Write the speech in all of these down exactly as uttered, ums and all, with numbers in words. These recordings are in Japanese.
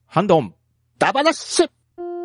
ハンドン。 ダバナッシュ。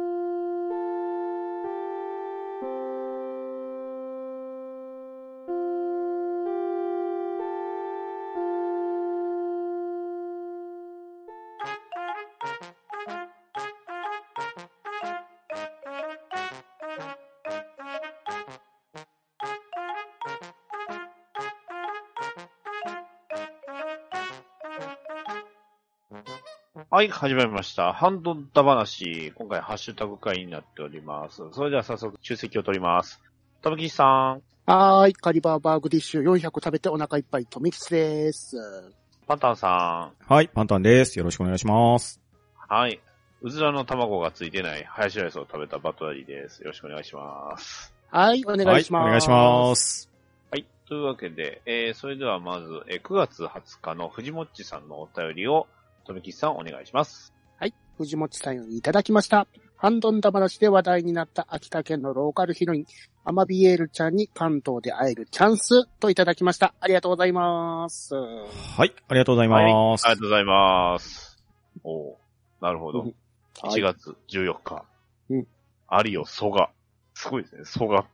はい、始まりました。ハンドンダ話。今回ハッシュタグ会になっております。それでは早速、出席を取ります。とめきちさん。 はーい、カリバーバーグディッシュよんひゃく食べてお腹いっぱい、とめきちです。 パンタンさん。はい、パンタンです。よろしくお願いします。 はい。うずらの卵がついてないハヤシライスを食べたバトラリーです。よろしくお願いします。 はい、お願いします。 はい、お願いします。 はい、というわけで、えー、それではまず、えー、くがつはつかの藤もっちさんのお便りを、とめきちさんお願いします。 はい、藤もっちさんよりいただきました。ハンドンダ話で話題になった秋田県のローカルヒロイン、アマビエールちゃんに関東で会えるチャンスといただきました。ありがとうございます。 はい、ありがとうございます。 はい、ありがとうございます。おー、なるほど。うん、いちがつじゅうよっか。うん。ありよ、蘇我。すごいですね、蘇我。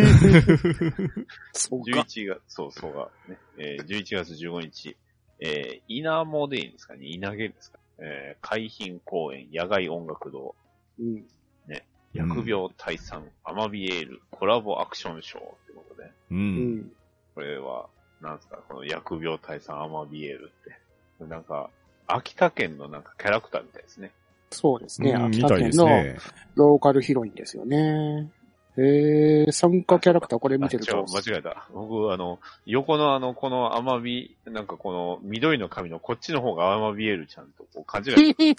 じゅういちがつ、そう、蘇我。ね。えー、じゅういちがつじゅうごにち。えー、稲もでいいんですかね、稲毛ですか。えー、海浜公園野外音楽堂。うん。ね。疫病退散、アマビエールコラボアクションショーってことで。うん。これは、なんですか、この疫病退散アマビエールって。なんか、秋田県のなんかキャラクターみたいですね。 そうですね。秋田県のローカルヒロインですよね。へえ、参加キャラクターこれ見てると。 間違えた。僕、あの、横のあの、このアマビ、なんかこの緑の髪のこっちの方がアマビエルちゃんとこう勘違いして。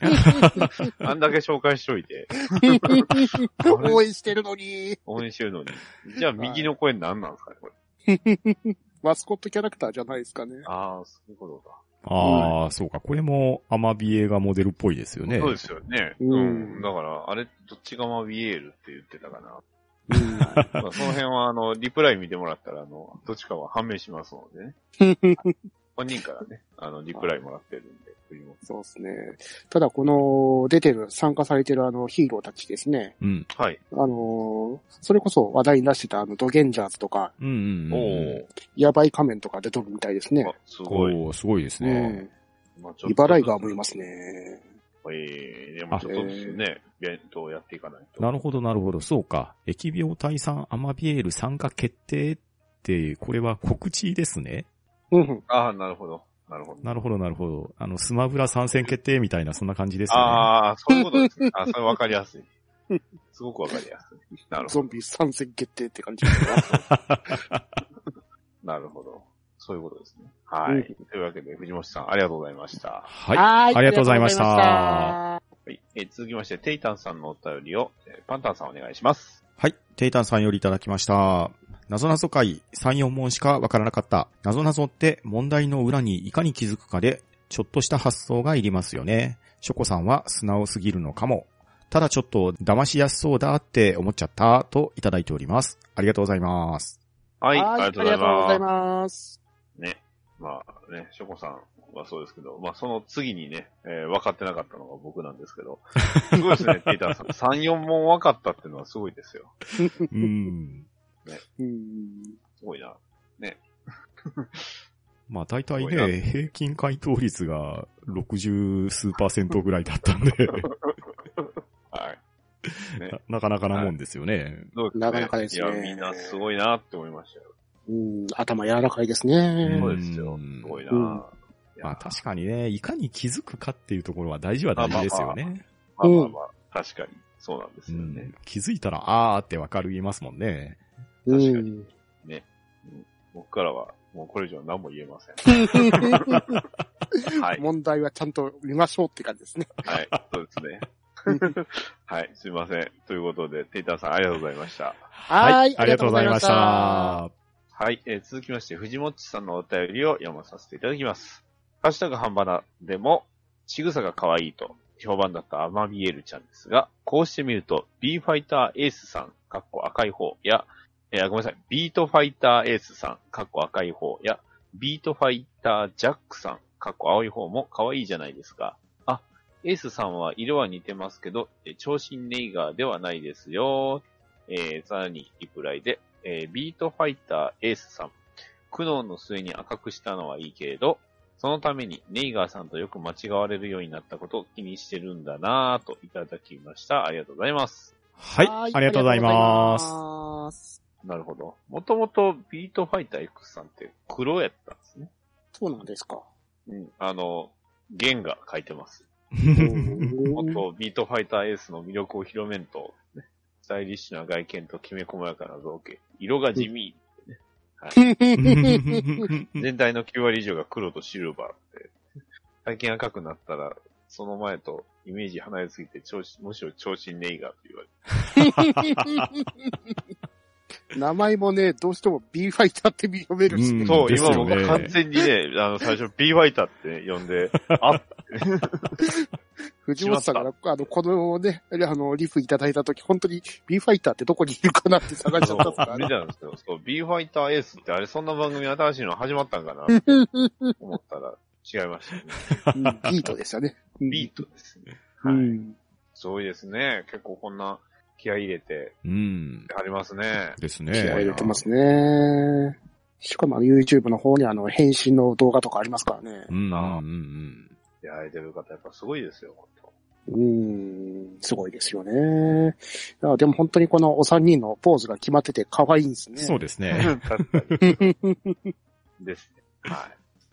あんだけ紹介しといて。 応援してるのに。 応援してるのに。じゃあ右の声何なんですかね、これ。マスコットキャラクターじゃないですかね。 ああ、そういうことか。 ああ、うん、そうか。これもアマビエがモデルっぽいですよね。 そうですよね。うん。うん、だから、あれ、どっちがアマビエールって言ってたかな。うん、まあその辺は、あの、リプライ見てもらったら、あの、どっちかは判明しますのでね。本人からね、あの、リプライもらってるんで。 そうですね。ただ、この、出てる、参加されてるあの、ヒーローたちですね。 うん。 はい。 あの、それこそ話題に出してたあの、ドゲンジャーズとか、 うんうんうん。 おヤバい仮面とか出とるみたいですね。 すごい。 おすごいですね。 うん。まあ、茨城が思いますね。 ええー、でもちょっとですね、イベントをやっていかないと。 なるほど、なるほど。そうか。疫病退散アマビエール参加決定って、これは告知ですね。 うん。 ああ、なるほど。なるほど。 なるほど、なるほど。あの、スマブラ参戦決定みたいな、そんな感じですね。 ああ、そういうことですね。あ、それわかりやすい。すごくわかりやすい。なるほど。 ゾンビ参戦決定って感じですか。 なるほど。そういうことですね。はい。うん、というわけで、藤本さん、ありがとうございました。 はい。はいありがとうございました。 はい。えー、続きまして、テイタンさんのお便りを、えー、パンタンさんお願いします。 はい。テイタンさんよりいただきました。なぞなぞ回さん、よん問しかわからなかった。なぞなぞって問題の裏にいかに気づくかで、ちょっとした発想がいりますよね。ショコさんは素直すぎるのかも。ただちょっと騙しやすそうだって思っちゃったといただいております。ありがとうございます。 はい。ありがとうございます。 ありがとうございます。 ね。まあね、ショコさんはそうですけど、まあその次にね、えー、分かってなかったのが僕なんですけど、すごいですね、テイタンさん。さん、よん問分かったっていうのはすごいですよ。 うん。 ね。 うん。 すごいな。ね。 まあ大体ね、平均回答率がろくじゅう数パーセントぐらいだったんで。 はい、 ねな。なかなかなもんですよね。 はい、なかなかですね。 いや、みんなすごいなって思いましたよ。 うん、頭柔らかいですね。 そうですよ。すごいな、うん、 まあ確かにね、いかに気づくかっていうところは大事は大事ですよね。 まあまあ、まあまあまあ、確かに。そうなんですよね。うん、 気づいたら、あーってわかりますもんね。 確かに。うん、ね、うん。僕からは、もうこれ以上何も言えません。はい。 問題はちゃんと見ましょうって感じですね。 はい。そうですね。はい。すいません。ということで、テイターさんありがとうございました。 はい。 ありがとうございました。 はい。えー、続きまして、藤本さんのお便りを読まさせていただきます。ハッシュタグ半ばなでも、仕草が可愛いと評判だったアマビエルちゃんですが、こうしてみると、ビーファイターエースさん、かっこ赤い方や、えー、ごめんなさい、ビートファイターエースさん、かっこ赤い方や、ビートファイタージャックさん、かっこ青い方も可愛いじゃないですか。あ、 エースさんは色は似てますけど、長身ネイガーではないですよ。えー、さらにリプライで、えー、ビートファイターエースさん。苦悩の末に赤くしたのはいいけれど、そのためにネイガーさんとよく間違われるようになったことを気にしてるんだなぁといただきました。ありがとうございます。 はい。はい、ありがとうございます。 なるほど。もともとビートファイター X さんって黒やったんですね。 そうなんですか。 うん。あの、弦が書いてます。もっとビートファイターエースの魅力を広めんと、ね、スタイリッシュな外見ときめ細やかな造形、色が地味ってね。はい、全体のきゅうわり以上が黒とシルバーで、最近赤くなったら、その前とイメージ離れすぎて、調子むしろ長身ネイガーと言われる。 名前もね、どうしても B ファイターって認めるし、ね、 そう、今僕は完全にね、あの、最初 B ファイターって呼んで、あっ藤本さんが、あの、このね、あの、リフいただいたとき、本当に B ファイターってどこにいるかなって探しちゃったんですから、ね。 見たんですよ。そう、B ファイターエースってあれ、そんな番組新しいの始まったんかなって思ったら違いましたね。 ビートでしたね。 ビートですね。はい。うん、すごいですね。結構こんな気合い入れて、うん。ありますね。 ですね。 気合い入れてますね。しかも YouTube の方にあの、変身の動画とかありますからね。 うん、うん、うん。気合い入れてる方やっぱすごいですよ、本当。 うーん、すごいですよね。でも本当にこのお三人のポーズが決まってて可愛いんですね。 そうですね。 確かに。ですね。はい。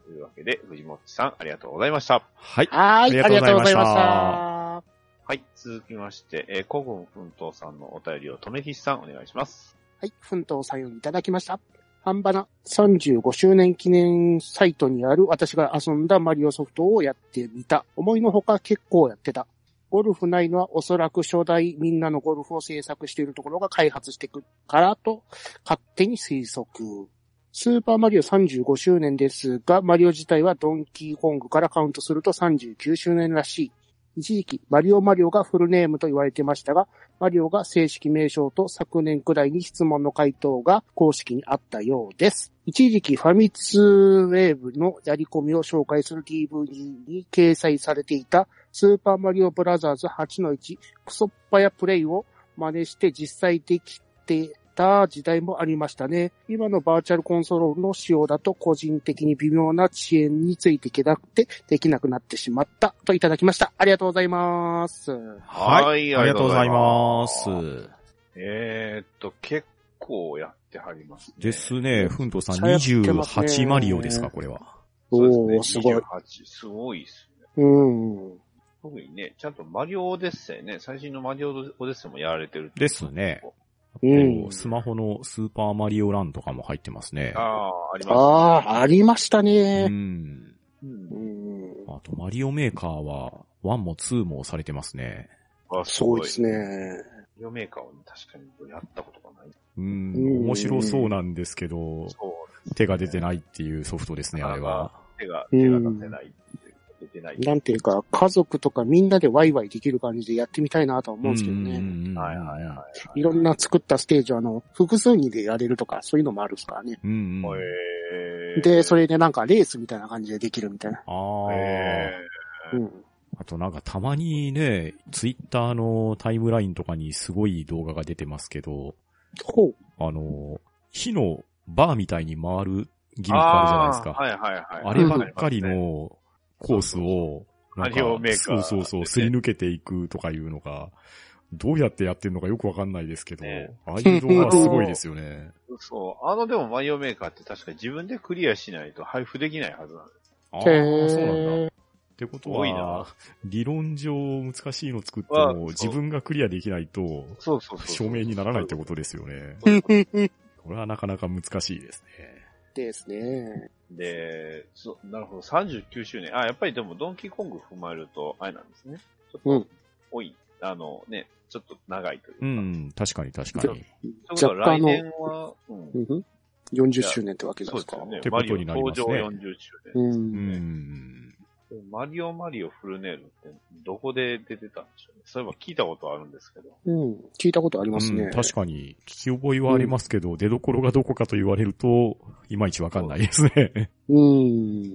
というわけで、藤本さん、ありがとうございました。 はい。 はい。ありがとうございました。はい。続きまして、えー、古軍奮闘さんのお便りをとめきしさん、お願いします。 はい。奮闘さんよりいただきました。半ばなさんじゅうごしゅうねん記念サイトにある私が遊んだマリオソフトをやってみた。思いのほか結構やってた。ゴルフないのはおそらく初代みんなのゴルフを制作しているところが開発していくからと勝手に推測。スーパーマリオさんじゅうごしゅうねんですが、マリオ自体はドンキーコングからカウントするとさんじゅうきゅうしゅうねんらしい。一時期、マリオマリオがフルネームと言われてましたが、マリオが正式名称と昨年くらいに質問の回答が公式にあったようです。一時期ファミツウェーブのやり込みを紹介する ディーブイディー に掲載されていたスーパーマリオブラザーズはちのいちクソッパやプレイを真似して実際できてた時代もありましたね。今のバーチャルコンソールの仕様だと個人的に微妙な遅延についていけなくてできなくなってしまったといただきました。ありがとうございます。 はい。ありがとうございます。 えーっと、結構やってはりますね。 ですね。ふんとさんにじゅうはちマリオですか、これは。 おー、すごい。 にじゅうはち、すごいですね。うん。 特にね、ちゃんとマリオオデッセイね、最新のマリオオデッセイもやられてる。 ですね。 うん、 スマホのスーパーマリオランとかも入ってますね。 ああ、ありますね。 ああ、ありましたね。 うん。うん、あと、マリオメーカーは、ワンもツーもされてますね。 あ、すごいですね。 マリオメーカーは、ね、確かにやったことがない。 うん、面白そうなんですけど、ね、手が出てないっていうソフトですね、あれは。 手が、手が出てない。出てない。 なんていうか、家族とかみんなでワイワイできる感じでやってみたいなとは思うんですけどね。 はいはいはい。 いろんな作ったステージをあの、複数人でやれるとか、そういうのもあるんですからね。 うんうん、 へーで、それでなんかレースみたいな感じでできるみたいな。 あへーうん。 あとなんかたまにね、ツイッターのタイムラインとかにすごい動画が出てますけど、 ほう。 あの、火のバーみたいに回るギミックあるじゃないですか。 はいはいはい。 あればっかりのコースを、なんか、そうそうそう、すり抜けていくとかいうのが、どうやってやってるのかよくわかんないですけど、ね、ああいう動画はすごいですよね。 そう。あのでもマリオメーカーって確か自分でクリアしないと配布できないはずなんです。 ああ、そうなんだ。ってことは、理論上難しいの作っても自分がクリアできないと、証明にならないってことですよね。これはなかなか難しいですね。 ですね。 で、そなるほど、さんじゅうきゅうしゅうねん。あ、やっぱりでもドンキーコング踏まえると、あれなんですね。ちょっと、うん、多い。あのね、ちょっと長いというか。 うん、確かに確かに。 じゃあ来年は、うん、 よんじゅっしゅうねんってわけですか。 そうですよね。 ってことになりますね。 登場よんじゅっしゅうねん。 うん。 うんマリオマリオフルネールってどこで出てたんでしょうね。そういえば聞いたことあるんですけど。 うん、聞いたことありますね。 うん、確かに、聞き覚えはありますけど、うん、出所がどこかと言われると、いまいちわかんないですね。 うん。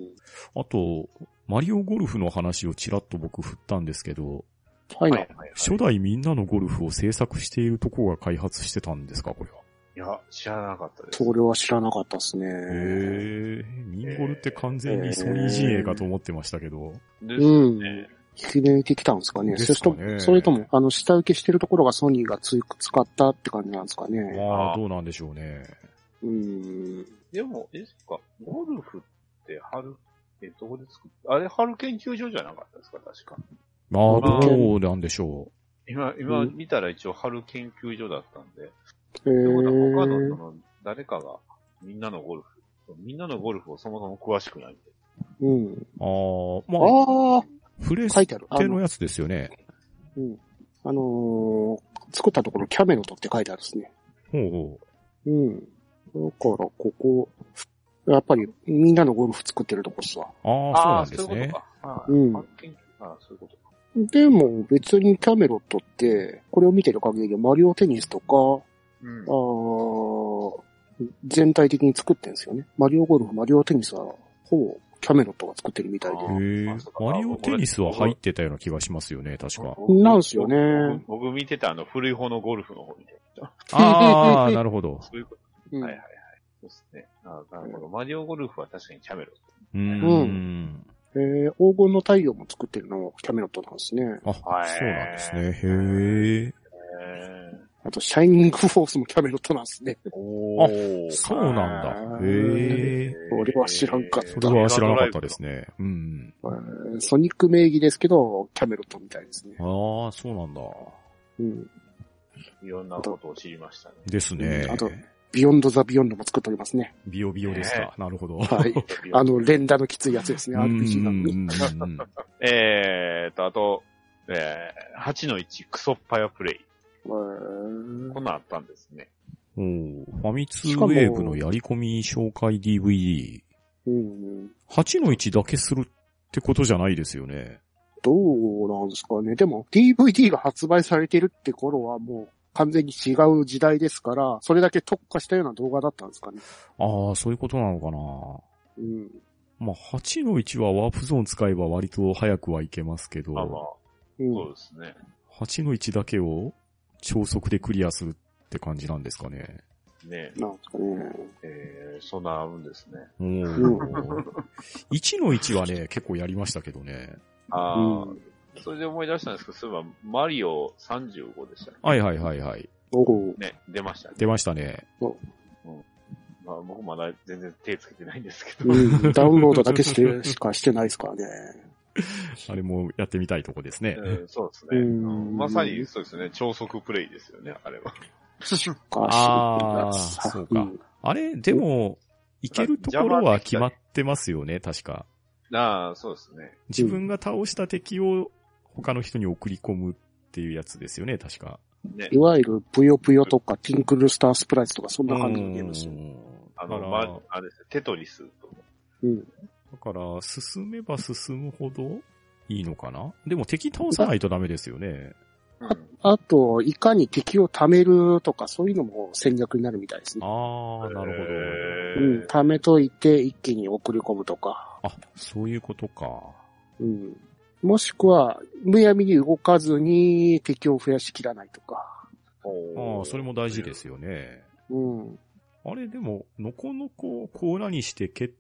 あと、マリオゴルフの話をちらっと僕振ったんですけど、 はい、はいはい、初代みんなのゴルフを制作しているところが開発してたんですか、これは。 いや、知らなかったです。 それは知らなかったですね。へー、ミンゴルって完全にソニー陣営かと思ってましたけど。 えー、ですね。うん。 引き抜いてきたんですかね。 ですかね。 それとそれとも、あの、下請けしてるところがソニーがつ使ったって感じなんですかね。 ああ、どうなんでしょうね。 うん。 でも、え、そっか、ゴルフって春、え、どこで作った、あれ春研究所じゃなかったですか、確か。 ああ、どうなんでしょう。 今、今見たら一応春研究所だったんで。 へー。 他のその、誰かが、みんなのゴルフ、みんなのゴルフをそもそも詳しくないんで。 うん。 ああ、まあ、 あフレステのやつですよね。 うん。あのー、作ったところキャメロットって書いてあるんですね。 ほうほう。うん。だから、ここ、やっぱりみんなのゴルフ作ってるとこっすわ。 ああ、そうなんですね。 うん。 ああ、そういうことか。 でも別にキャメロットって、これを見てる限りでマリオテニスとか、うん、あ全体的に作ってるんですよね。マリオゴルフ、マリオテニスはほぼキャメロットが作ってるみたいで。 へマリオテニスは入ってたような気がしますよね、確か。 なんすよね。 僕, 僕見てたあの古い方のゴルフの方見てた。 ああ、なるほど。 そういうこと。うん、はいはいはい。そうですね。なるほど。マリオゴルフは確かにキャメロット。 うん。 えー、黄金の太陽も作ってるのもキャメロットなんですね。 あ、そうなんですね。へえ。 あと、シャイニングフォースもキャメロットなんですね。 おー、そうなんだ。へえ。 それは知らんかった。 それは知らなかったですね。うん。 ソニック名義ですけど、キャメロットみたいですね。 ああ、そうなんだ。 うん。 いろんなことを知りましたね。 ですね。 あと、ビヨンドザビヨンドも作っておりますね。 ビヨビヨですか。なるほど。 はい。あの、連打のきついやつですね。アールピージー なのに。 えーと、あと、えー、はちのいちクソッパヤプレイ。こんなんあったんですね。 おファミツーウェーブのやり込み紹介 ディーブイディー。 うん、 はちのいちだけするってことじゃないですよね。 どうなんですかね。でも ディーブイディー が発売されてるって頃はもう完全に違う時代ですから、それだけ特化したような動画だったんですかね。 ああ、そういうことなのかな。 うん。 まあ、はちのいちはワープゾーン使えば割と早くはいけますけど。 あ、まあ、うん、そうですね。 はちのいちだけを超速でクリアするって感じなんですかね。 ねえ。なんですかね。 えー、そんなあるんですね。 おー。いちのいちはね、結構やりましたけどね。 ああ、うん、それで思い出したんですけど、そういえばマリオさんじゅうごでしたね。 はいはいはいはい。 おね、出ましたね。 出ましたね。 うん。 まあ、僕まだ全然手つけてないんですけど。 うん、ダウンロードだけしてしかしてないですからね。 あれもやってみたいとこですね。 うん、そうですね。まさにそうですね。超速プレイですよね、あれは。 ああ、そうか。うん、あれ、でも、いけるところは決まってますよね、確か。 ああ、そうですね。 自分が倒した敵を他の人に送り込むっていうやつですよね、確か。 ね、いわゆるぷよぷよとかティンクルスタースプライツとかそんな感じのゲームですよ。 あの、まあ、あれですね、テトリスと。 うん。 だから、進めば進むほどいいのかな？でも敵倒さないとダメですよね。 あ, あと、いかに敵を貯めるとかそういうのも戦略になるみたいですね。 ああ、なるほど。うん、貯めといて一気に送り込むとか。 あ、そういうことか。 うん。もしくは、むやみに動かずに敵を増やしきらないとか。 ああ、それも大事ですよね。 うん。 あれでも、のこのこ甲羅にして蹴って、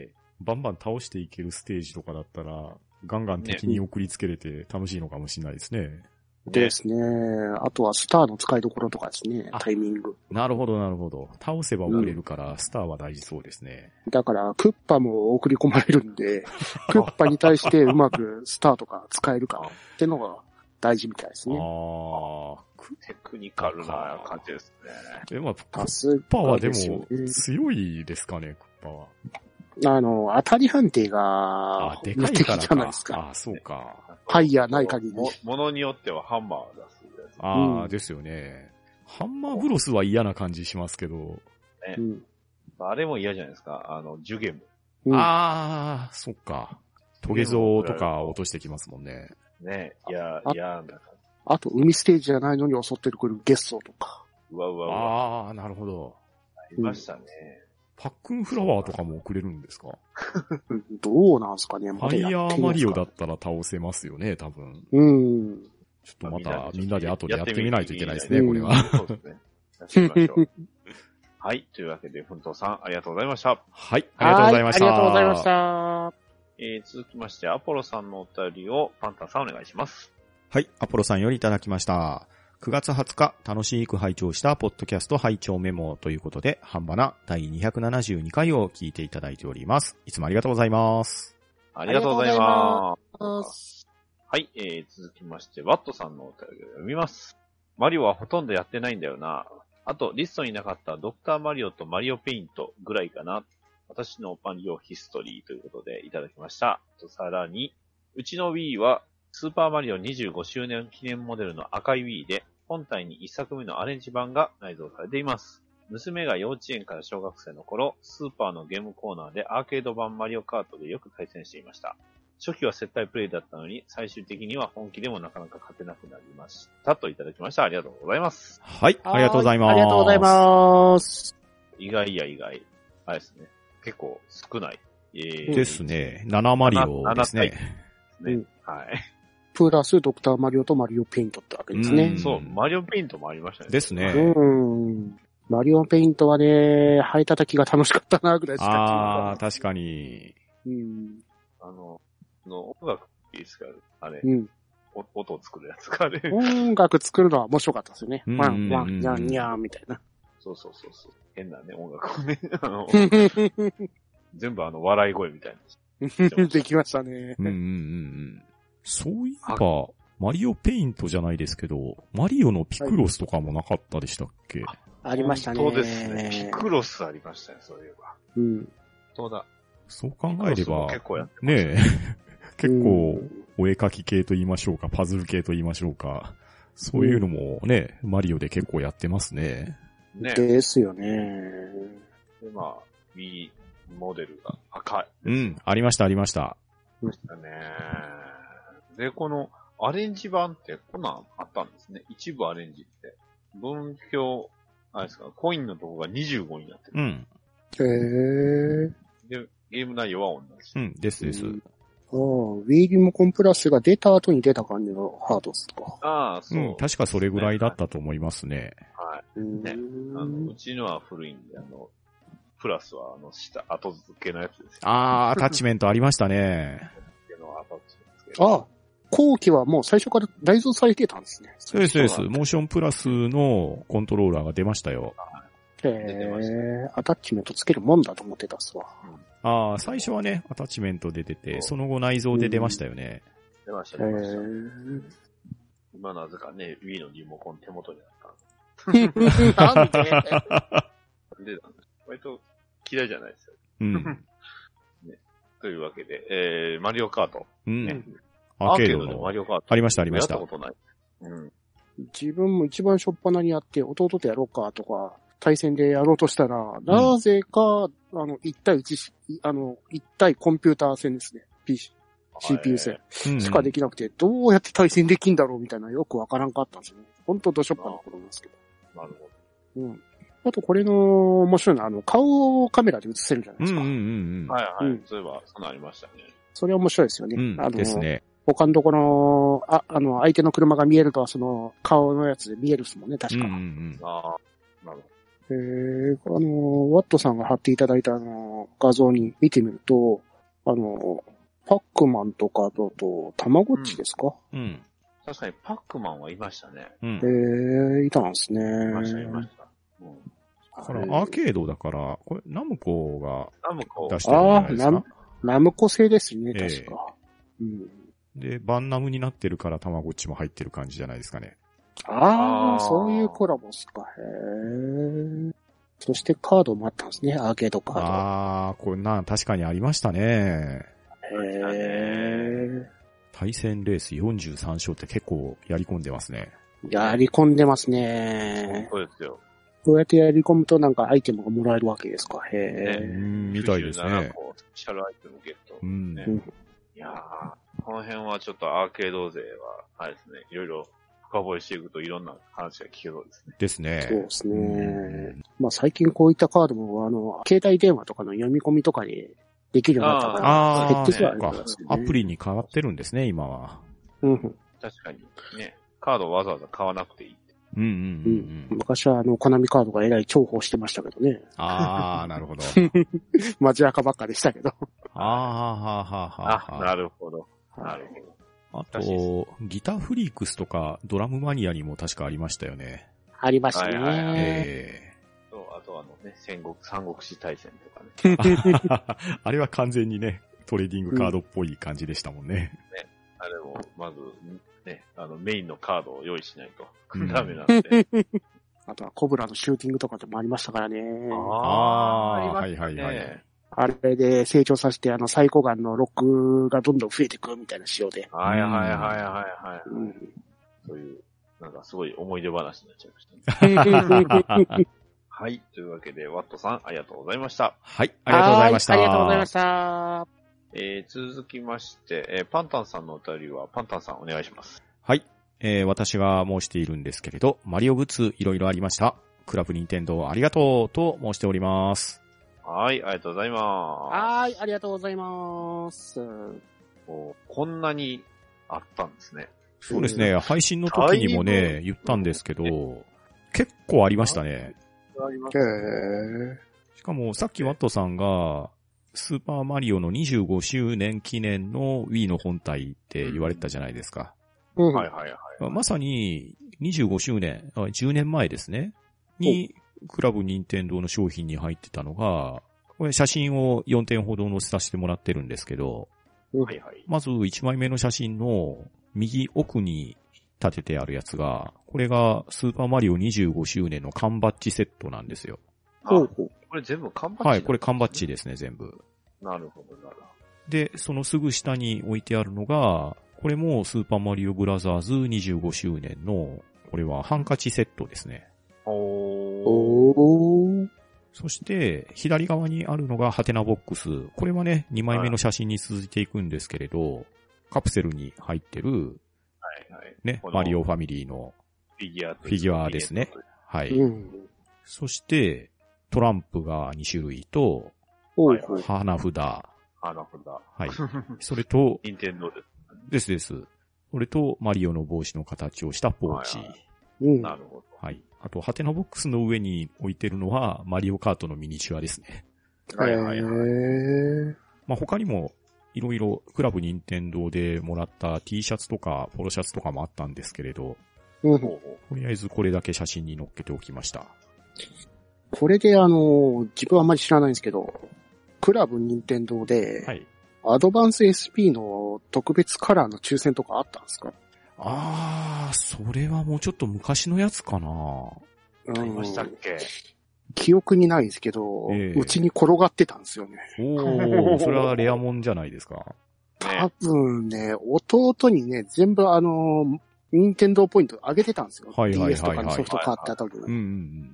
バンバン倒していけるステージとかだったら、ガンガン敵に送りつけれて楽しいのかもしれないですね。 ですね。あとはスターの使いどころとかですね。タイミング。 なるほど、なるほど。倒せば送れるから、うん、スターは大事そうですね。 だから、クッパも送り込まれるんで、クッパに対してうまくスターとか使えるかってのが大事みたいですね。 ああ、テクニカルな感じですね。 でも、クッパはでも強いですかね、クッパは。 あの、当たり判定が、 でかいからじゃないですか。 ああ、そうか。 ファイヤーない限り。 も、ものによってはハンマー出すやつ。 ああ、うん、ですよね。ハンマーブロスは嫌な感じしますけど。ね。 うん、 あれも嫌じゃないですか。あの、ジュゲム。 うん、ああ、そっか。 トゲゾウとか落としてきますもんね。 ねいや、いや、なんか。 あと、海ステージじゃないのに襲ってくるゲストとか。 うわうわうわ。 ああ、なるほど。 ありましたね。 パックンフラワーとかも送れるんですか？ どうなんすかね。 ファイヤーマリオだったら倒せますよね、多分。 うん。 ちょっとまたみんなで後でやってみないといけないですね、これは。 そうですね。やってみましょう。はい。というわけで、ふんとうさん、ありがとうございました。 はい。ありがとうございました。 ありがとうございました。 えー、続きまして、アポロさんのお便りをパンタンさんお願いします。 はい。アポロさんよりいただきました。くがつはつか、楽しく拝聴したポッドキャスト拝聴メモということで、半ばなだいにひゃくななじゅうにかいを聞いていただいております。いつもありがとうございます。 ありがとうございます。はい。えー、続きまして、ワットさんのお便りを読みます。マリオはほとんどやってないんだよな。あと、リストになかったドクターマリオとマリオペイントぐらいかな。私のマリオヒストリーということでいただきました。とさらに、うちの Wii はスーパーマリオにじゅうごしゅうねん記念モデルの赤い Wii で、本体にいっさくめのアレンジ版が内蔵されています。娘が幼稚園から小学生の頃、スーパーのゲームコーナーでアーケード版マリオカートでよく対戦していました。初期は接待プレイだったのに、最終的には本気でもなかなか勝てなくなりました。といただきました。ありがとうございます。 はい、ありがとうございます。 ありがとうございます。 意外や意外。あれですね。結構少ない。 えー、ですね。ななマリオですね。 ね、うん、はい。 プラスドクターマリオとマリオペイントってわけですね。 うん、そう、マリオペイントもありましたね。 ですね。 うん。マリオペイントはね、ハイ叩きが楽しかったな、ぐらいしか。 ああ、確かに。 うん。 あの、の音楽いいですかあれ。 うん。 音を作るやつかね。 音楽作るのは面白かったですよね。 うんワン、ワン、ニャン、ニャン、みたいな。 そうそうそうそう。変なね、音楽をね。あの全部あの、笑い声みたいな。できましたね。 うんうんうん。そういえば、マリオペイントじゃないですけど、マリオのピクロスとかもなかったでしたっけ？ はい、あ, ありましたね。 そうですね。ピクロスありましたね、そういえば。 うん。 そうだ。 そう考えれば、 結構やってましたね。 ねえ。結構、お絵描き系と言いましょうか、パズル系と言いましょうか。そういうのもね、マリオで結構やってますね。 ね。 ですよね。 で、まあ、Wii モデルが赤い。 うん、ありましたありました。 ましたね。で、このアレンジ版ってこんなんあったんですね。一部アレンジって。分表、あれですか、コインのとこがにじゅうごになってる。 うん。 へー。 で、ゲーム内容は同じ。 うん、ですです。 うんああ、Wii リモコンプラスが出た後に出た感じのハードですか。 ああ、そう、 うん。確かそれぐらいだったと思いますね。 はい。ね。あの、うちのは古いんで、あの、プラスはあの、下、後付けのやつですよ。 ああ、アタッチメントありましたね。 ああ、後期はもう最初から内蔵されてたんですね。 そうです、そうです。モーションプラスのコントローラーが出ましたよ。 へえ、アタッチメントつけるもんだと思ってたっすわ。 ああ、最初はね、アタッチメントで出て、その後内蔵で出ましたよね。 出ました、出ました。今なぜかね、Wii のリモコン手元にあった。 なんでで、割と嫌いじゃないですよ。 うん。 ね、というわけで、えー、マリオカート。 うん。 ね、アーケードのマリオカート。 ありました、ありました。 やったことない。うん。 自分も一番初っ端にやって、弟とやろうかとか、対戦でやろうとしたら、なぜか、うん、あの、いち対いち、あの、いち対コンピューター戦ですね。ピーシー、シーピーユー 戦しかできなくて、どうやって対戦できんだろうみたいなよくわからんかったんですよね。ほんとどしょっぱな頃なんですけど。 なるほど。うん。あとこれの面白いのは、あの、顔をカメラで映せるじゃないですか。 うんうんうんうん。 はいはい。うん、そういえば、そんなありましたね。 それ面白いですよね。 うん、 あのですね。 他のところ、あ、あの、相手の車が見えるとは、その、顔のやつで見えるっすもんね、確か。 うんうんうん、ああ、なるほど。 えー、あの、ワットさんが貼っていただいたあの、画像に見てみると、あの、パックマンとかと、と、たまごっちですか、 うん、うん。 確かにパックマンはいましたね。 うん。 えー、いたんですね。 いました、いました。うん。 だからアーケードだから、これ、ナムコがナムコ出してるんじゃないですか。 ああ、ナ、ナムコ製ですね、確か。えー、 うん。で、バンナムになってるからたまごっちも入ってる感じじゃないですかね。 ああ、そういうコラボっすか。へえ。そしてカードもあったんですね、アーケードカード。 ああ、これな、確かにありましたね。 へえ。 対戦レースよんじゅうさん勝って結構やり込んでますね。 やり込んでますね。 そうですよ。 こうやってやり込むとなんかアイテムがもらえるわけですか。へえ。 うん、みたいですね。 スペシャルアイテムゲット。 うん。 ね、 いやー、この辺はちょっとアーケード勢は、あれですね、いろいろ深掘りしていくといろんな話が聞けそうですね。 ですね。 そうですね。まあ最近こういったカードも、あの、携帯電話とかの読み込みとかにできるようになったから、 ああ、 減ってきはあるそっかんですね。 アプリに変わってるんですね、今は。 うん。 確かにね、カードをわざわざ買わなくていい。 うんうんうん、うん、 昔はあの、コナミカードがえらい重宝してましたけどね。 ああ、なるほど。 街赤ばっかでしたけど。 ああ、はあ、はあ、はあ。 あ、なるほど。なるほど。あと、ギターフリークスとかドラムマニアにも確かありましたよね。 ありましたね。 はいはいはい、 えー、そう、あとあのね、戦国、三国志大戦とかね。あれは完全にね、トレーディングカードっぽい感じでしたもんね。 うん、ね。あれも、まず、ね、あの、メインのカードを用意しないと、ダメなんで。 あとはコブラのシューティングとかでもありましたからね。 ああ、はいはいはい。 あれで成長させて、あの、サイコガンのロックがどんどん増えていくみたいな仕様で。 はいはいはいはいはい。うん、そういう、なんかすごい思い出話になっちゃいましたね。はい。というわけで、ワットさん、ありがとうございました。 はい。ありがとうございました。 ありがとうございました。 えー、続きまして、えー、パンタンさんのお便りは、パンタンさんお願いします。 はい。えー、私が申しているんですけれど、マリオグッズいろいろありました。クラブニンテンドーありがとうと申しております。 はい、ありがとうございます。 はい、ありがとうございます。 こんなにあったんですね。 そうですね、配信の時にもね、言ったんですけど、結構ありましたね。 ありましたね。 しかも、さっきワットさんが、スーパーマリオのにじゅうごしゅうねん記念の Wii の本体って言われてたじゃないですか。 うん、 はいはいはい。 まさににじゅうごしゅうねん、じゅうねんまえですね。に、クラブ任天堂の商品に入ってたのが、これ写真をよんてんほど載せさせてもらってるんですけど、 はいはい、 まずいちまいめの写真の右奥に立ててあるやつが、これがスーパーマリオにじゅうごしゅうねんの缶バッジセットなんですよ。 ほうほう。これ全部缶バッジ、ね、 はい、これ缶バッジですね、全部。 なるほど、なるほど。 で、そのすぐ下に置いてあるのが、これもスーパーマリオブラザーズにじゅうごしゅうねんの、これはハンカチセットですね。 おー。 そして、左側にあるのがハテナボックス。これはね、にまいめの写真に続いていくんですけれど、カプセルに入ってる、 はいはい、 ね、マリオファミリーのフィギュア、 フィギュアですね。はい。うん、そして、トランプがにしゅるいと、 はいはい、花札。 花札。 はい。それと、 ニンテンドーです。 ですです。それと、マリオの帽子の形をしたポーチ。はいはいうん、 なるほど。 はい。あと、ハテナボックスの上に置いてるのは、マリオカートのミニチュアですね。 はいはいはい。 まあ、他にも、いろいろ、クラブ任天堂でもらった T シャツとか、ポロシャツとかもあったんですけれど、 うん、 とりあえずこれだけ写真に載っけておきました。 これであの、自分はあんまり知らないんですけど、クラブ任天堂で、はい。アドバンス エスピー の特別カラーの抽選とかあったんですか？ あー、それはもうちょっと昔のやつかな。 ありましたっけ？ 記憶にないですけど、えー、うちに転がってたんですよね。 おー、それはレアもんじゃないですか。 多分ね、弟にね、全部あの、任天堂ポイント上げてたんですよ。 はいはいはいはい、 ディーエス とかのソフト買った時に。 うんうん、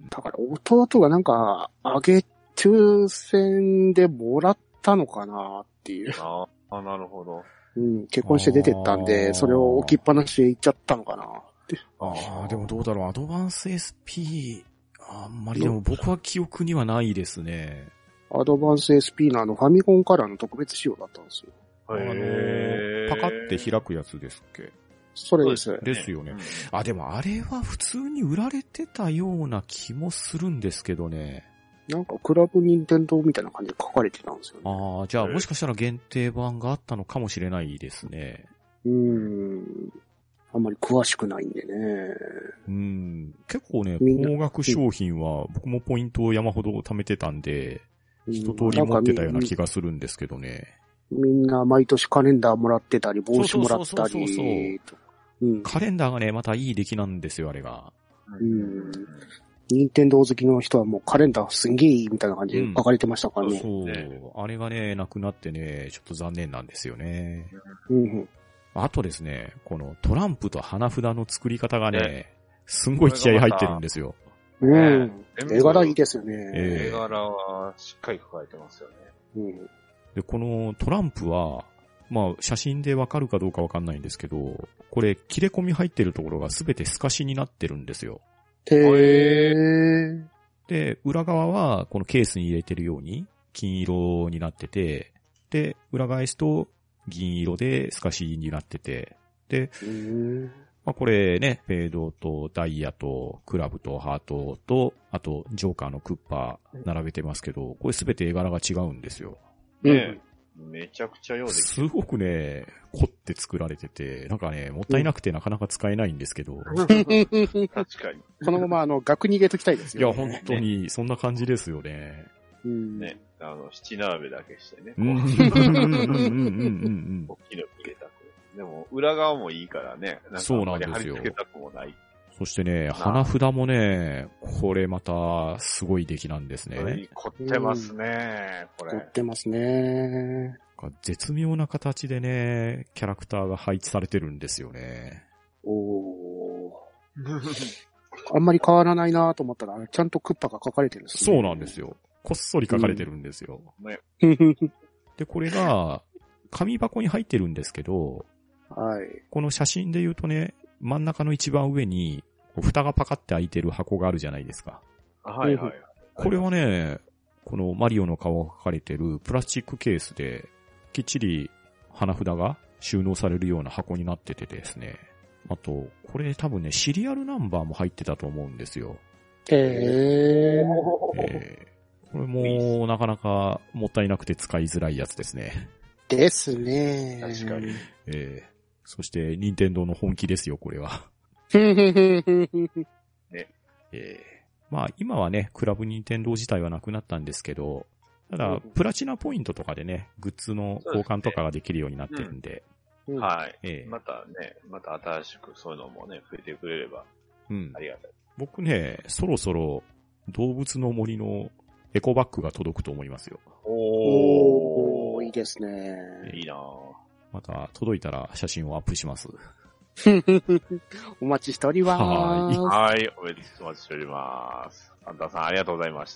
だから弟がなんか、上げ、抽選でもらったのかなっていう。 ああ、なるほど。 うん、結婚して出てったんで、それを置きっぱなしで行っちゃったのかなって。 ああ、でもどうだろう、アドバンス エスピー、あんまりでも僕は記憶にはないですね。 アドバンス エスピー のあのファミコンカラーの特別仕様だったんですよ。 あの、パカって開くやつですっけ？ それです。 ですよね。あ、でもあれは普通に売られてたような気もするんですけどね。 なんかクラブ任天堂みたいな感じで書かれてたんですよね。 ああ、じゃあもしかしたら限定版があったのかもしれないですね。 うーん。あんまり詳しくないんでね。 うん。結構ね、高額商品は僕もポイントを山ほど貯めてたんで、一通り持ってたような気がするんですけどね。 みんな毎年カレンダーもらってたり、帽子もらったり。そうそうそうそう 、うん。カレンダーがね、またいい出来なんですよ、あれが。 うん。任天堂好きの人はもうカレンダーすんげえいいみたいな感じで書かれてましたからね。 うん、そう。あれがね、なくなってね、ちょっと残念なんですよね。 うん。 あとですね、このトランプと花札の作り方がね、ねすんごい気合入ってるんですよ。 うん。絵柄いいですよね。 えー、絵柄はしっかり描かれてますよね。 うん。 で、このトランプは、 まあ、写真でわかるかどうかわかんないんですけど、これ、切れ込み入ってるところがすべて透かしになってるんですよ。 へー。 で、裏側は、このケースに入れてるように、金色になってて、で、裏返すと、銀色で透かしになってて、で、まあ、これね、フェードとダイヤとクラブとハートと、あとジョーカーのクッパー並べてますけど、これすべて絵柄が違うんですよ。 ね、うん、めちゃくちゃようできてる。 すごくね、凝って作られてて、なんかね、もったいなくてなかなか使えないんですけど。うん、 確かに。 このままあの、額に入れときたいですよ、 ね。いや、本当に、そんな感じですよね。 うん、 ね、あの、七並べだけしてね。 うん。うん。うん。うん。うん。 大きいの入れたく。でも、裏側もいいからね。なんかあんまり貼り付けたくもない。 そしてね、花札もね、これまた、すごい出来なんですね。 凝ってますね、これ。 凝ってますね。 絶妙な形でね、キャラクターが配置されてるんですよね。 おー。あんまり変わらないなと思ったら、ちゃんとクッパが書かれてるんですね。そうなんですよ。こっそり書かれてるんですよ。 うんね、 で、これが、紙箱に入ってるんですけど、 はい。 この写真で言うとね、真ん中の一番上に、蓋がパカって開いてる箱があるじゃないですか。 はいはい。 これはね、このマリオの顔が描かれてるプラスチックケースで、きっちり花札が収納されるような箱になっててですね。あと、これ多分ね、シリアルナンバーも入ってたと思うんですよ。 へー。 えー、これも、なかなかもったいなくて使いづらいやつですね。 ですね。 確かに。 えー、そして、任天堂の本気ですよ、これは。ね。えー、まあ、今はね、クラブ任天堂自体はなくなったんですけど、ただ、プラチナポイントとかでね、グッズの交換とかができるようになってるんで。 うん、はい、 えー。 またね、また新しくそういうのもね、増えてくれれば、うん。ありがたい。 僕ね、そろそろ動物の森のエコバッグが届くと思いますよ。 おー、いいですね。 いいなぁ。 また届いたら写真をアップします。 お待ちしております。 はい。お待ちしております。サンタさんありがとうございました。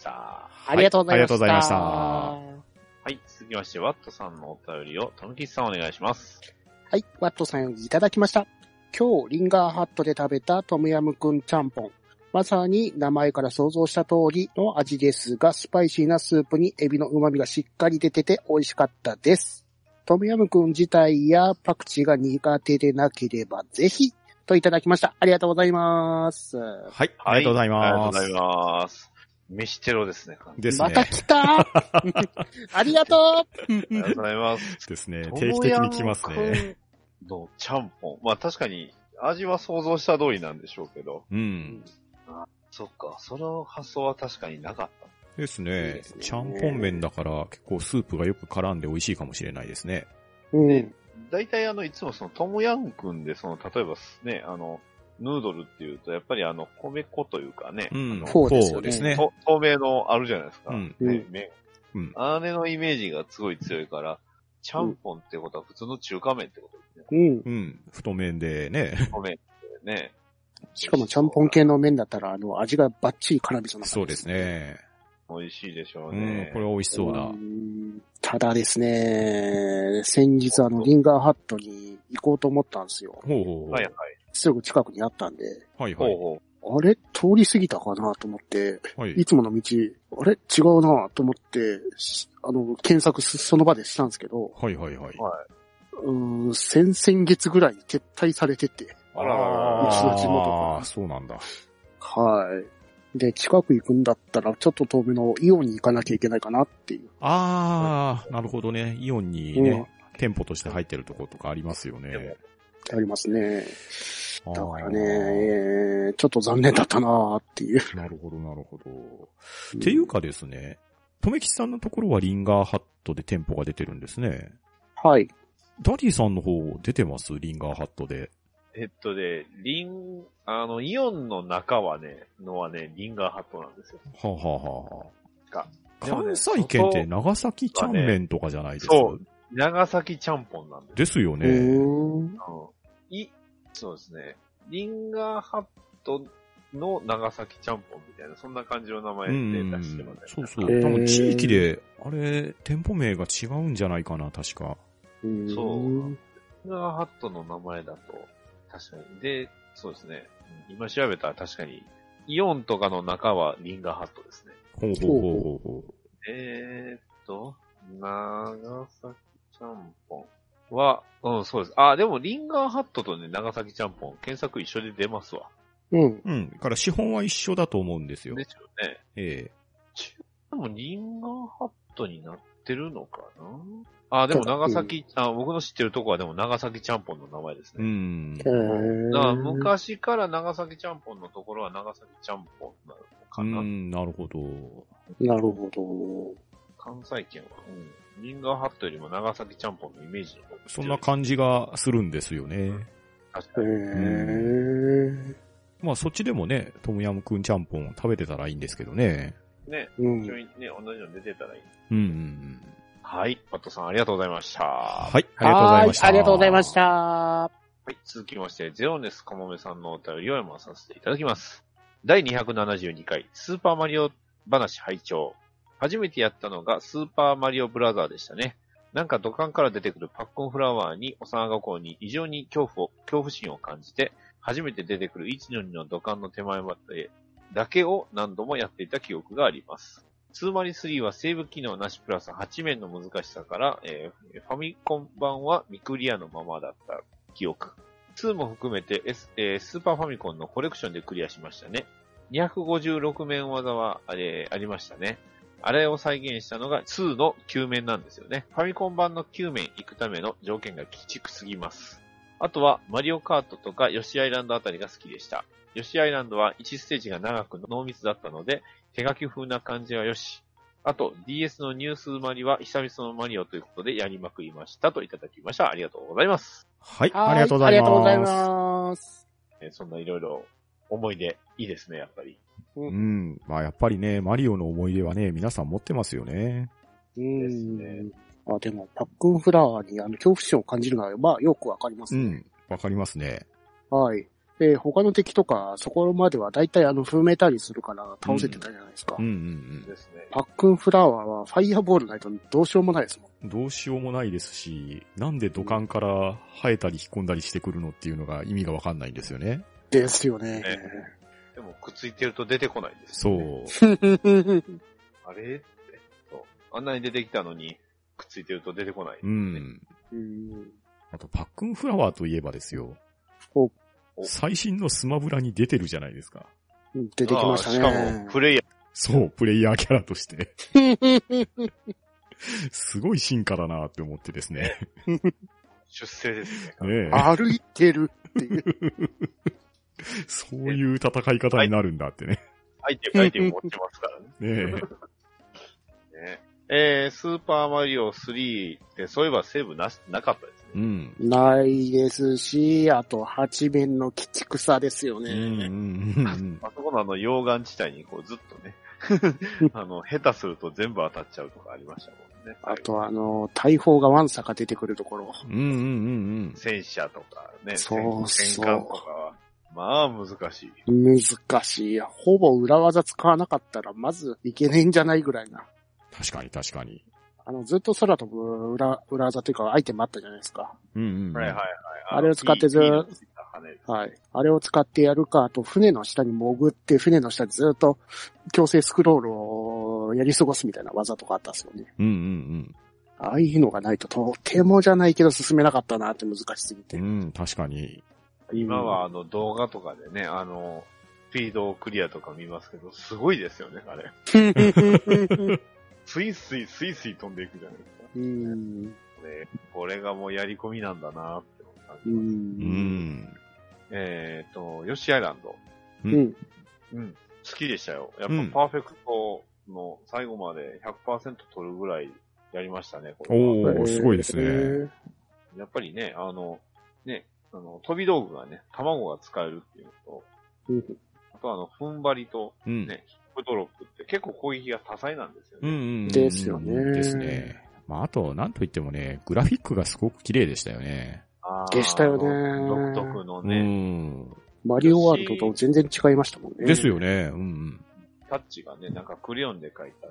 ありがとうございました。ありがとうございました。 はい。続きまして、ワットさんのお便りを、トムキスさんお願いします。 はい。ワットさんよりいただきました。今日、リンガーハットで食べたトムヤムクンちゃんぽん。まさに名前から想像した通りの味ですが、スパイシーなスープにエビの旨味がしっかり出てて美味しかったです。トムヤムクン自体やパクチーが苦手でなければぜひといただきました。ありがとうございます。 はい。ありがとうございます。 ありがとうございます。飯テロですね。 ですね。また来たありがとうありがとうございます。 ですね。定期的に来ますね。 のちゃんぽん。まあ確かに味は想像した通りなんでしょうけど。 うん。 あ、そっか。その発想は確かになかった。 ですね。ですね。ちゃんぽん麺だから結構スープがよく絡んで美味しいかもしれないですね。 うん。 大体あの、いつもそのトムヤムクンでその、例えばね、あの、ヌードルっていうと、やっぱりあの、米粉というかね。 うん。 そうですですね。 透明のあるじゃないですか。 うん。 ね、麺。 うん。 あれのイメージがすごい強いから、ちゃんぽんってことは普通の中華麺ってことですね。 うん。うん。太麺でね。 太麺でね。 しかもちゃんぽん系の麺だったら、あの、味がバッチリ絡みそうな感じ、 そうですね。 美味しいでしょうね。 うん、これは美味しそうだ。うただですね、先日あの、リンガーハットに行こうと思ったんですよ。 ほうほうほう。 はいはい。 すぐ近くにあったんで。 はいはい。 ほうほうあれ通り過ぎたかなと思って、 はい、 いつもの道、あれ違うなと思って、あの、検索その場でしたんですけど。 はいはいはい。 はい、 うーん、先々月ぐらいに撤退されてて。 あららら。 うちの地元から。 ああ、そうなんだ。 はい。で、近く行くんだったら、ちょっと遠めのイオンに行かなきゃいけないかなっていう。 ああ、なるほどね。イオンにね、うん、店舗として入ってるところとかありますよね。 ありますね。だからね、えー、ちょっと残念だったなーっていう。 なるほど、なるほど。うん、っていうかですね、とめきちさんのところはリンガーハットで店舗が出てるんですね。 はい。 ダディさんの方出てます？リンガーハットで。 えっとね、リン、あの、イオンの中はね、のはね、リンガーハットなんですよ。 はあ、はあはあ、 か。 関西圏って長崎ちゃんめんとかじゃないですか、 ね、そう。長崎ちゃんぽんなんです。 ですよね。 うん。 い、そうですね。リンガーハットの長崎ちゃんぽんみたいな、そんな感じの名前で出してますね。 そうそう。多分地域で、あれ、店舗名が違うんじゃないかな、確か。 うん。 そう。リンガーハットの名前だと、確かに。で、そうですね。今調べたら確かに、イオンとかの中はリンガーハットですね。 ほうほうほうほう。 えーっと、長崎ちゃんぽんは、うん、そうです。あ、でもリンガーハットとね、長崎ちゃんぽん、検索一緒で出ますわ。 うん。 うん。だから資本は一緒だと思うんですよ。 ですよね。 ええ。 でもリンガーハットになってるのかなあ、でも長崎、うん、あ、僕の知ってるとこはでも長崎ちゃんぽんの名前ですね。 うん。 へー。 だから昔から長崎ちゃんぽんのところは長崎ちゃんぽんなのかな。 うん、なるほど。 なるほど。 関西圏は、うん。リンガーハットよりも長崎ちゃんぽんのイメージの方がそんな感じがするんですよね。 確かに。 へー。 まあそっちでもね、トムヤムクンちゃんぽん食べてたらいいんですけどね。 ね、 うん。 一緒にね、同じの出てたらいい。 うんうんうん。 はい。パットさんありがとうございました。 はい、ありがとうございました。 ありがとうございました。 はい。続きまして、ゼロネスカモメさんのお便りを読まさせていただきます。だいにひゃくななじゅうにかい、スーパーマリオ話拝聴。初めてやったのがスーパーマリオブラザーでしたね。なんか土管から出てくるパックンフラワーに幼心に異常に恐怖を、恐怖心を感じて、初めて出てくるいちのにの土管の手前までだけを何度もやっていた記憶があります。ツーマリスリーはセーブ機能なしプラスはち面の難しさから、えー、ファミコン版は未クリアのままだった記憶。ツーも含めて、S えー、スーパーファミコンのコレクションでクリアしましたね。にひゃくごじゅうろく面技はあれありましたね。あれを再現したのがツーのきゅう面なんですよね。ファミコン版のきゅう面行くための条件が鬼畜すぎます。あとはマリオカートとかヨシアイランドあたりが好きでした。ヨシアイランドはいちステージが長く濃密だったので、手書き風な感じはよし。あと ディーエス のニュースマリは久々のマリオということでやりまくりましたといただきました。ありがとうございます。 はい、ありがとうございます。 ありがとうございます。 えー、そんないろいろ思い出いいですね、やっぱり。 うん。まあやっぱりね、マリオの思い出はね、皆さん持ってますよね。 うん。ですね。あ、でも、パックンフラワーにあの恐怖心を感じるのは、まあよくわかりますね。うん。 わかりますね。 はい。で、他の敵とか、そこまでは大体あの、踏めたりするから倒せてたじゃないですか。 うん、うん、うんうんですね。 パックンフラワーはファイヤーボールないとどうしようもないですもん。 どうしようもないですし、なんで土管から生えたり引っ込んだりしてくるのっていうのが意味がわかんないんですよね。 ですよね。 ね、でもくっついてると出てこないです、 ね。 そう。あれってそう。あんなに出てきたのに、くっついてると出てこない、ね。 うん。うん。あと、パックンフラワーといえばですよ。 お最新のスマブラに出てるじゃないですか。 出てきましたね。 しかも、プレイヤー。 そう、プレイヤーキャラとして。すごい進化だなって思ってですね。 出世ですね。ねえ。 歩いてるっていう。 そういう戦い方になるんだってね。 アイテム、アイテム持ってますからね。 ねえ。ねえー、スーパーマリオスリーってそういえばセーブなし、なかったですね。 うん。 ないですし、あとはち面の鬼畜さですよね。うんうんうん、 あそこのあの溶岩地帯にこうずっとね、あの、下手すると全部当たっちゃうとかありましたもんね。 あとあの、大砲がワンサか出てくるところ。 うんうんうんうん。 戦車とかね、 そう戦戦艦とかは、まあ難しい。 難しい。ほぼ裏技使わなかったらまずいけないんじゃないぐらいな。 確かに確かに。 あの、ずっと空飛ぶ裏、裏技というかアイテムあったじゃないですか。 うんうん、うん。 はいはいはい。 あれを使ってずっと、はい。あれを使ってやるか、あと船の下に潜って船の下でずっと強制スクロールをやり過ごすみたいな技とかあったんですよね。 うんうんうん。 ああいうのがないととてもじゃないけど進めなかったなって難しすぎて。 うん、確かに。 今はあの動画とかでね、あの、スピードクリアとか見ますけど、すごいですよね、あれ。スイスイスイスイ飛んでいくじゃないですか。 うん。 ね、これがもうやり込みなんだなって感じます。 うん。うん。 えっと、ヨシアイランド。 うん。 うん。好きでしたよ。やっぱパーフェクトの最後まで ひゃくパーセント 取るぐらいやりましたね、これは。 おー、すごいですね。 やっぱりね、あの、ね、あの、飛び道具がね、卵が使えるっていうのと、 うん、 あとあの、踏ん張りと、ね、 うん、 ヒップドロップって結構攻撃が多彩なんですよね。 うんうんうん、 ですよね。 ですね。まあ、あと、なんといってもね、グラフィックがすごく綺麗でしたよね。 あでしたよね。 独特のね。 うん。 マリオワールドと全然違いましたもんね。 ですよね。うんうん。 タッチがね、なんかクレヨンで描いた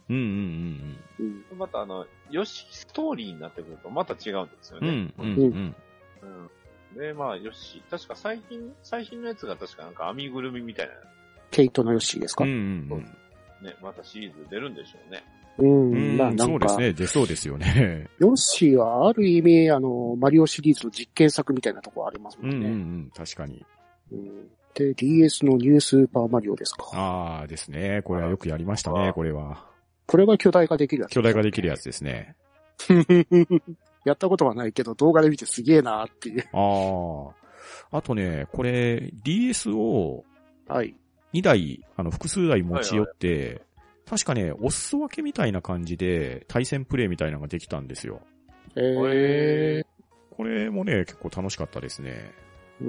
うんうんうんうん。 またあの、よし、ストーリーになってくるとまた違うんですようん。うね。 んうんうん。 うんで、まあ、よし、確か最近、最新のやつが確かなんか編みぐるみみたいな、 ケイトのヨッシーですか？ うんうんね、またシリーズ出るんでしょうね。 うん。 うん。 まあうん、 なんか、 そうですね。出そうですよね。 ヨッシーはある意味、あの、マリオシリーズの実験作みたいなところありますうんうんうもんね。 ん。確かに。 うんで、ディーエス のニュースーパーマリオですか。 ああですね。これはよくやりましたね、これは。 これが巨大化できるやつ。 巨大化できるやつですね。 やったことはないけど、動画で見てすげえなーっていう。 ああ。あとね、これ ディーエス をはい。 にだい、あの、複数台持ち寄って、はいはい、確かね、お裾分けみたいな感じで対戦プレイみたいなのができたんですよ。 えー。 これもね、結構楽しかったですね。 うん。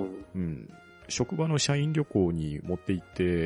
うん。職場の社員旅行に持って行って、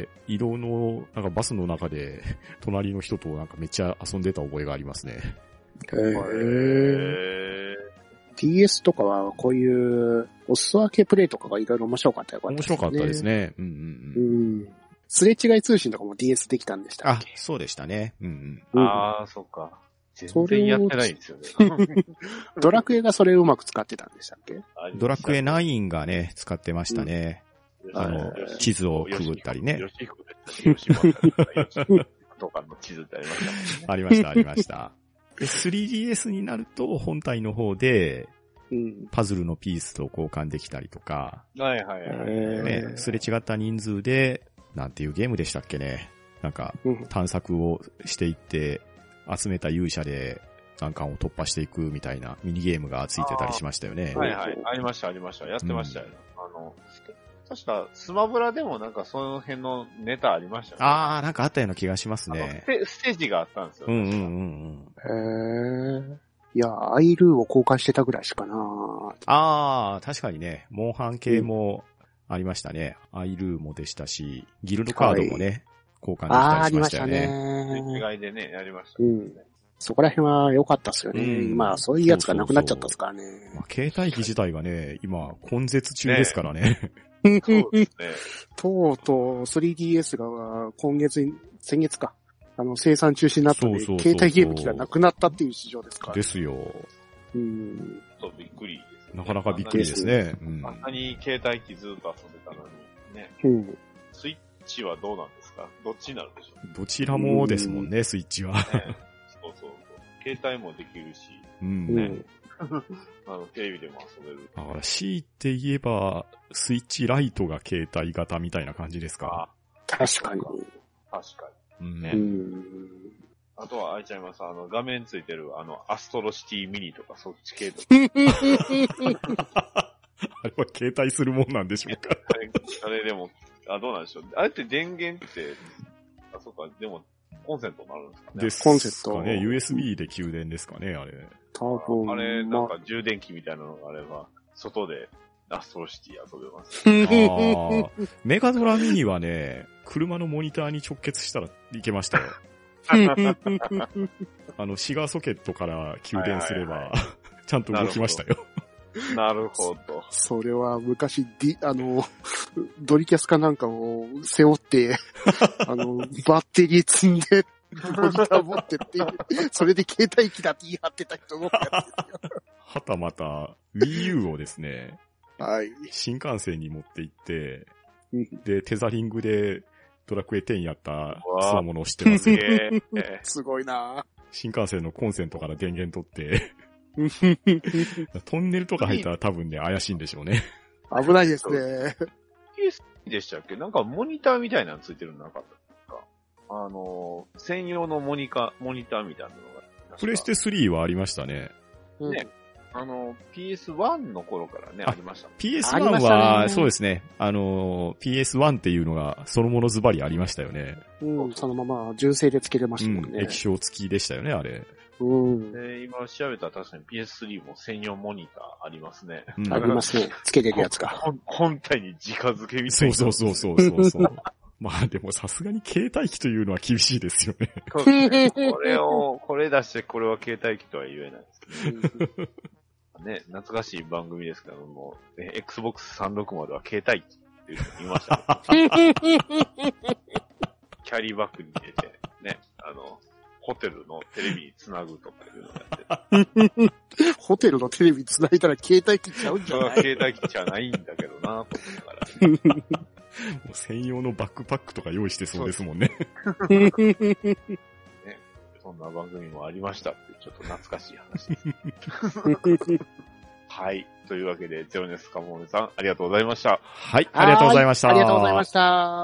移動の、なんかバスの中で、隣の人となんかめっちゃ遊んでた覚えがありますね。 へー。ディーエス とかはこういうお裾分けプレイとかがいろいろ面白かったよ、ね。 面白かったですね。うんうんうん。 うん。すれ違い通信とかも ディーエス できたんでしたっけ？ あ、そうでしたね。うんうん。 ああ、そっか。全然やってないんですよね。 ドラクエがそれをうまく使ってたんでしたっけ？ ドラクエナインがね、使ってましたね。うん、あの、地図をくぐったりね。 よしふで、よしまとかの地図ってありましたもんね。 ありました、ありました。で、スリーディーエス になると本体の方で、うん、パズルのピースと交換できたりとか、 はいはいはい。 ね、すれ違った人数で、なんていうゲームでしたっけね。なんか、探索をしていって、集めた勇者で難関を突破していくみたいなミニゲームがついてたりしましたよね。 はいはい。ありましたありました。やってましたよ。うん、あの、確かスマブラでもなんかその辺のネタありましたね。 ああ、なんかあったような気がしますね。 ステージがあったんですよ。 うんうんうんうん。へえ。いや、アイルーを公開してたぐらいしかな。 ああ、確かにね、モンハン系もありましたね。うん、アイルーもでしたし、ギルドカードもね、はい、交換できたりしましたよね。 ああ、ありましたね。 違いでね、やりました、 ね。うん。そこら辺は良かったっすよね。うん、今、そういうやつがなくなっちゃったっすからね。そうそうそう、 まあ、携帯機自体がね、今、根絶中ですからね。 ねそうですね。 とうとう スリーディーエス が今月、先月か。あの、生産中止になったので、そうそうそうそう携帯ゲーム機がなくなったっていう市場ですから、ね。 ですよ。 うん。 そう、びっくりです、 ね。なかなかびっくりですね。 あんなに、うん、あんなに携帯機ずっと遊んでたのに、ね。 うん。 スイッチはどうなんですか？どっちになるでしょう？ どちらもですもんね、スイッチは。ね、 そうそうそう。携帯もできるし、 うんね。あの、テレビでも遊べる。 だから、強いて言えば、スイッチライトが携帯型みたいな感じですか？ 確かに。 確かに。 うん、 ね。 うんあとは、あいちゃいます。あの、画面ついてる、あの、アストロシティミニとか、そっち系とか。 あれは携帯するもんなんでしょうか？ あれ、あれでも、あ、どうなんでしょう。あれって電源って、あ、そっか、でも、コンセントになるんですかね。 ですコンセント。 ね、ユーエスビー で給電ですかね、あれ。 多分。 あれ、なんか充電器みたいなのがあれば、外でアストロシティ遊べます、 ああ。メガドラミニはね、車のモニターに直結したらいけましたよ。あの、シガーソケットから給電すれば、はいはいはい、ちゃんと動きましたよ。 なるほど。 それは昔、ディ、あの、ドリキャスかなんかを背負って、あの、バッテリー積んで、モニター持ってって、それで携帯機だって言い張ってた人のやつですよ。 はたまた、Wii U をですね、 はい。 新幹線に持って行って、で、テザリングでドラクエテンやったそのものを知ってますよ。 すごいな新幹線のコンセントから電源取って、トンネルとか入ったら多分ね、怪しいんでしょうね。 危ないですね。 ピーエス でしたっけ？なんかモニターみたいなのついてるのなかったか？あの、専用のモニカ、モニターみたいなのが。 プレステスリーはありましたね。 ね。あの、ピーエスワン の頃からね、ありました。 ピーエスワン は、そうですね。あの、ピーエスワン っていうのが、そのものズバリありましたよね。 うん、そのまま純正で付けれましたもんね。 うん、液晶付きでしたよね、あれ。 うん。 で、今調べたら確かに ピーエススリー も専用モニターありますね。 うん、ありますね。付けれるやつが。 本体に直付けみたいな。 そうそうそうそうそう。まあでもさすがに携帯機というのは厳しいですよね。 そうですね。これを、これ出してこれは携帯機とは言えないですね。ね、懐かしい番組ですけども、ね、エックスボックスさんびゃくろくじゅう では携帯機って言いましたね。キャリーバッグに入れて、ね、あの、 ホテルのテレビにつなぐとかいうのをやってる。 ホテルのテレビつないだら携帯機ちゃうんじゃない？ 携帯機じゃないんだけどなと思いながら。 もう専用のバックパックとか用意してそうですもんね。 ね、そんな番組もありましたって、ちょっと懐かしい話です。はい。というわけで、ゼロネスカモーネさん、ありがとうございました。 はい。ありがとうございました。 ありがとうございました。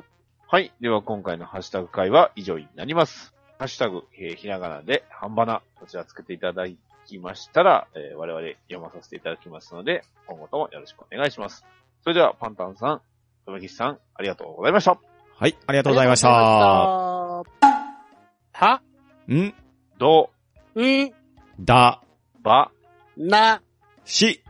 はい。では、今回のハッシュタグ会は以上になります。ハッシュタグ、えー、ひらがなで、半ばな、こちらつけていただきましたら、えー、我々読まさせていただきますので、今後ともよろしくお願いします。それでは、パンタンさん、とめきちさん、ありがとうございました。 はい。ありがとうございました。 はんど、 んだ、 な、 し、